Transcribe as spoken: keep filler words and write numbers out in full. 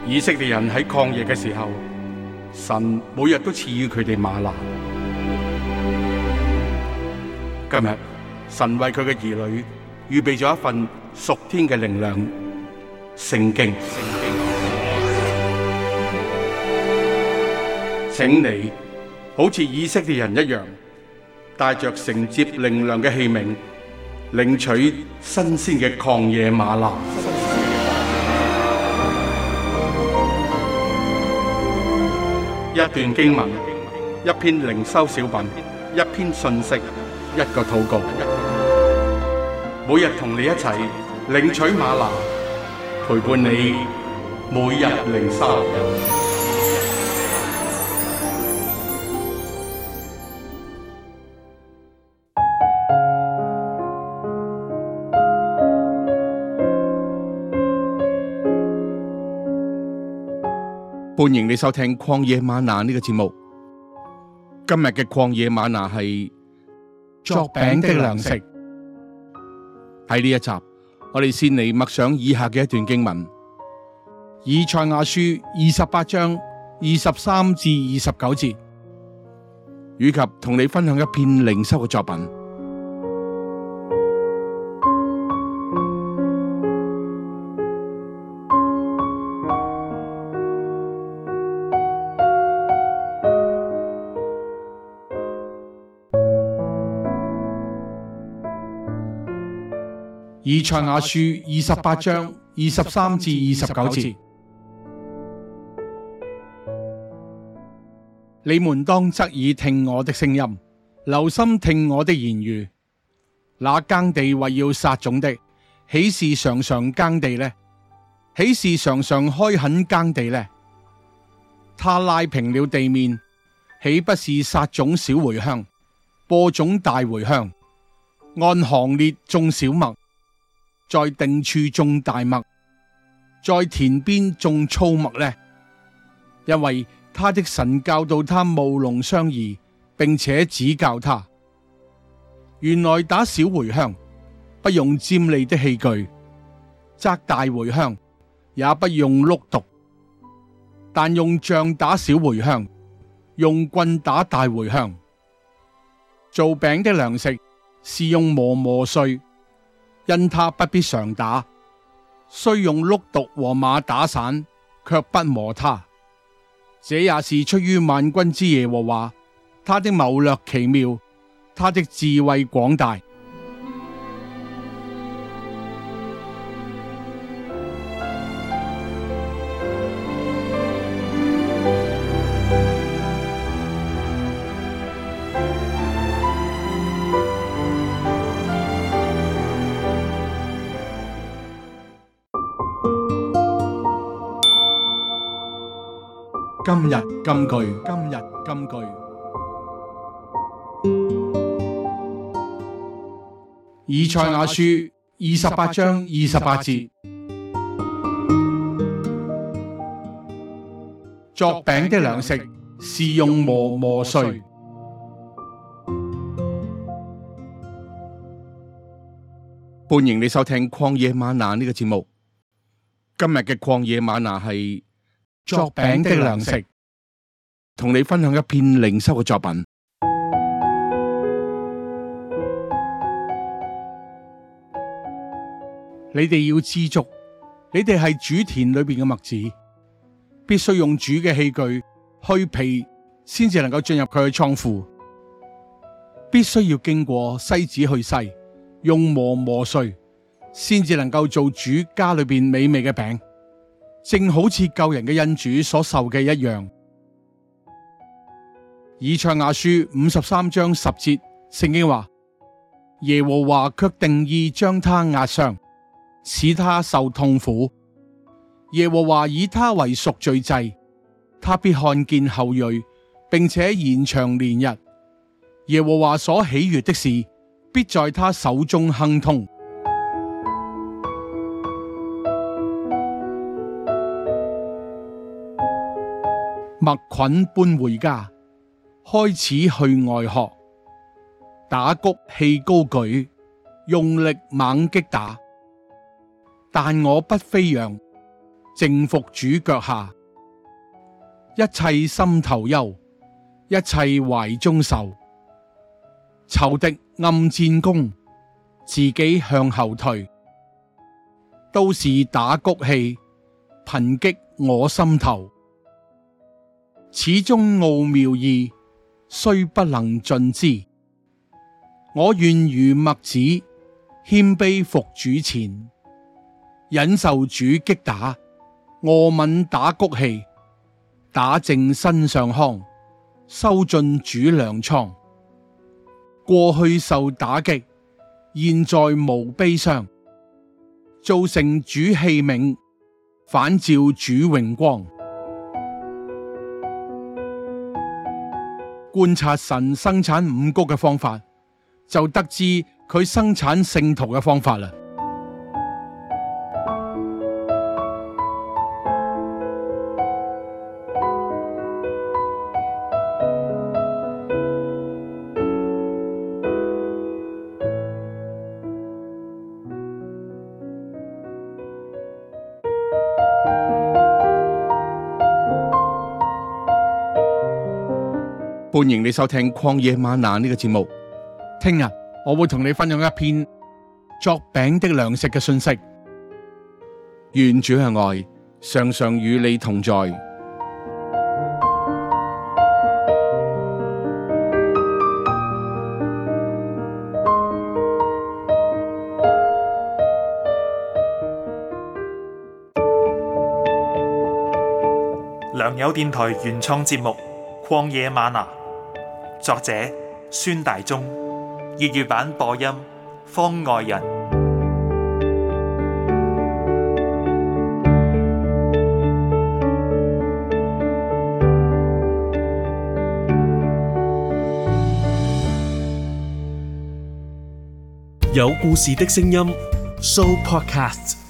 以色列人喺曠野嘅時候，神每日都賜予佢哋嗎哪。今日神為佢嘅兒女預備咗一份屬天嘅靈糧——聖經。請你好似以色列人一樣，帶着承接靈糧嘅器皿，領取新鮮嘅曠野嗎哪。一段經文，一篇靈修小品，一篇信息，一個禱告。每日同你一齊領取嗎哪，陪伴你每日靈修。歡迎你收聽曠野嗎哪呢個節目。今日嘅曠野嗎哪係作餅的糧食。喺呢一集，我哋先嚟默想以下嘅一段經文：以賽亞書二十八章二十三至二十九節，以及同你分享一篇靈修嘅作品。以賽亞書二十八章二十三至二十九節，你們當側耳聽我的聲音，留心聽我的言語。那耕地為要撒種的，豈是常常耕地呢？豈是常常開墾耕地呢？他拉平了地面，豈不是撒種小茴香，播種大茴香，按行列種小麥，在定處種大麥，在田邊種粗麥呢？因為他的神教導他務農相宜，並且指教他。原來打小茴香不用尖利的器具，摘大茴香也不用碌碡，但用杖打小茴香，用棍打大茴香。做餅的糧食是用磨磨碎，因他不必常打，雖用碌碡和馬打散，卻不磨他。這也是出於萬軍之耶和華，他的謀略奇妙，他的智慧廣大。今日金句，今日金句。以賽亞書二十八章二十八節，作餅的糧食是用磨磨碎。歡迎你收聽曠野嗎哪呢個節目。今日嘅曠野嗎哪係作餅的糧食，同你分享一篇靈修嘅作品。你哋要知足，你哋係主田裏邊嘅麥子，必須用主嘅器具去皮，先至能夠進入佢嘅倉庫。必須要經過篩子去篩，用磨磨碎，先至能夠做主家裏邊美味嘅餅。正好似救人嘅恩主所受嘅一樣。以賽亞書五十三章十節，聖經話：耶和華卻定意將他壓傷，使他受痛苦。耶和華以他為贖罪祭，他必看見後裔，並且延長年日。耶和華所喜悅的事，必在他手中亨通。麥捆搬回家，開始去外學，打谷器高舉，用力猛擊打。但我不飛揚， 靜伏主腳下。一切心頭憂，一切懷中愁。仇敵暗戰功，自己向後退，都是打谷氣，頻擊我心頭。始終奧妙意，雖不能盡知。我願如麥子，謙卑伏主前，忍受主擊打，臥吻打谷氣，打淨身上糠，收盡主糧倉。過去受打擊，現在無悲傷，造成主器皿，反照主榮光。觀察神生產五穀嘅方法，就得知佢生產聖徒嘅方法啦。歡迎你收聽曠野嗎哪呢個節目。聽日我會同你分享一篇作餅的糧食嘅信息。願主嘅愛常常與你同在。 良友電台原創節目《曠野嗎哪》，作者孫大中，粵語版播音方外人， 有故事的聲音 Show Podcast。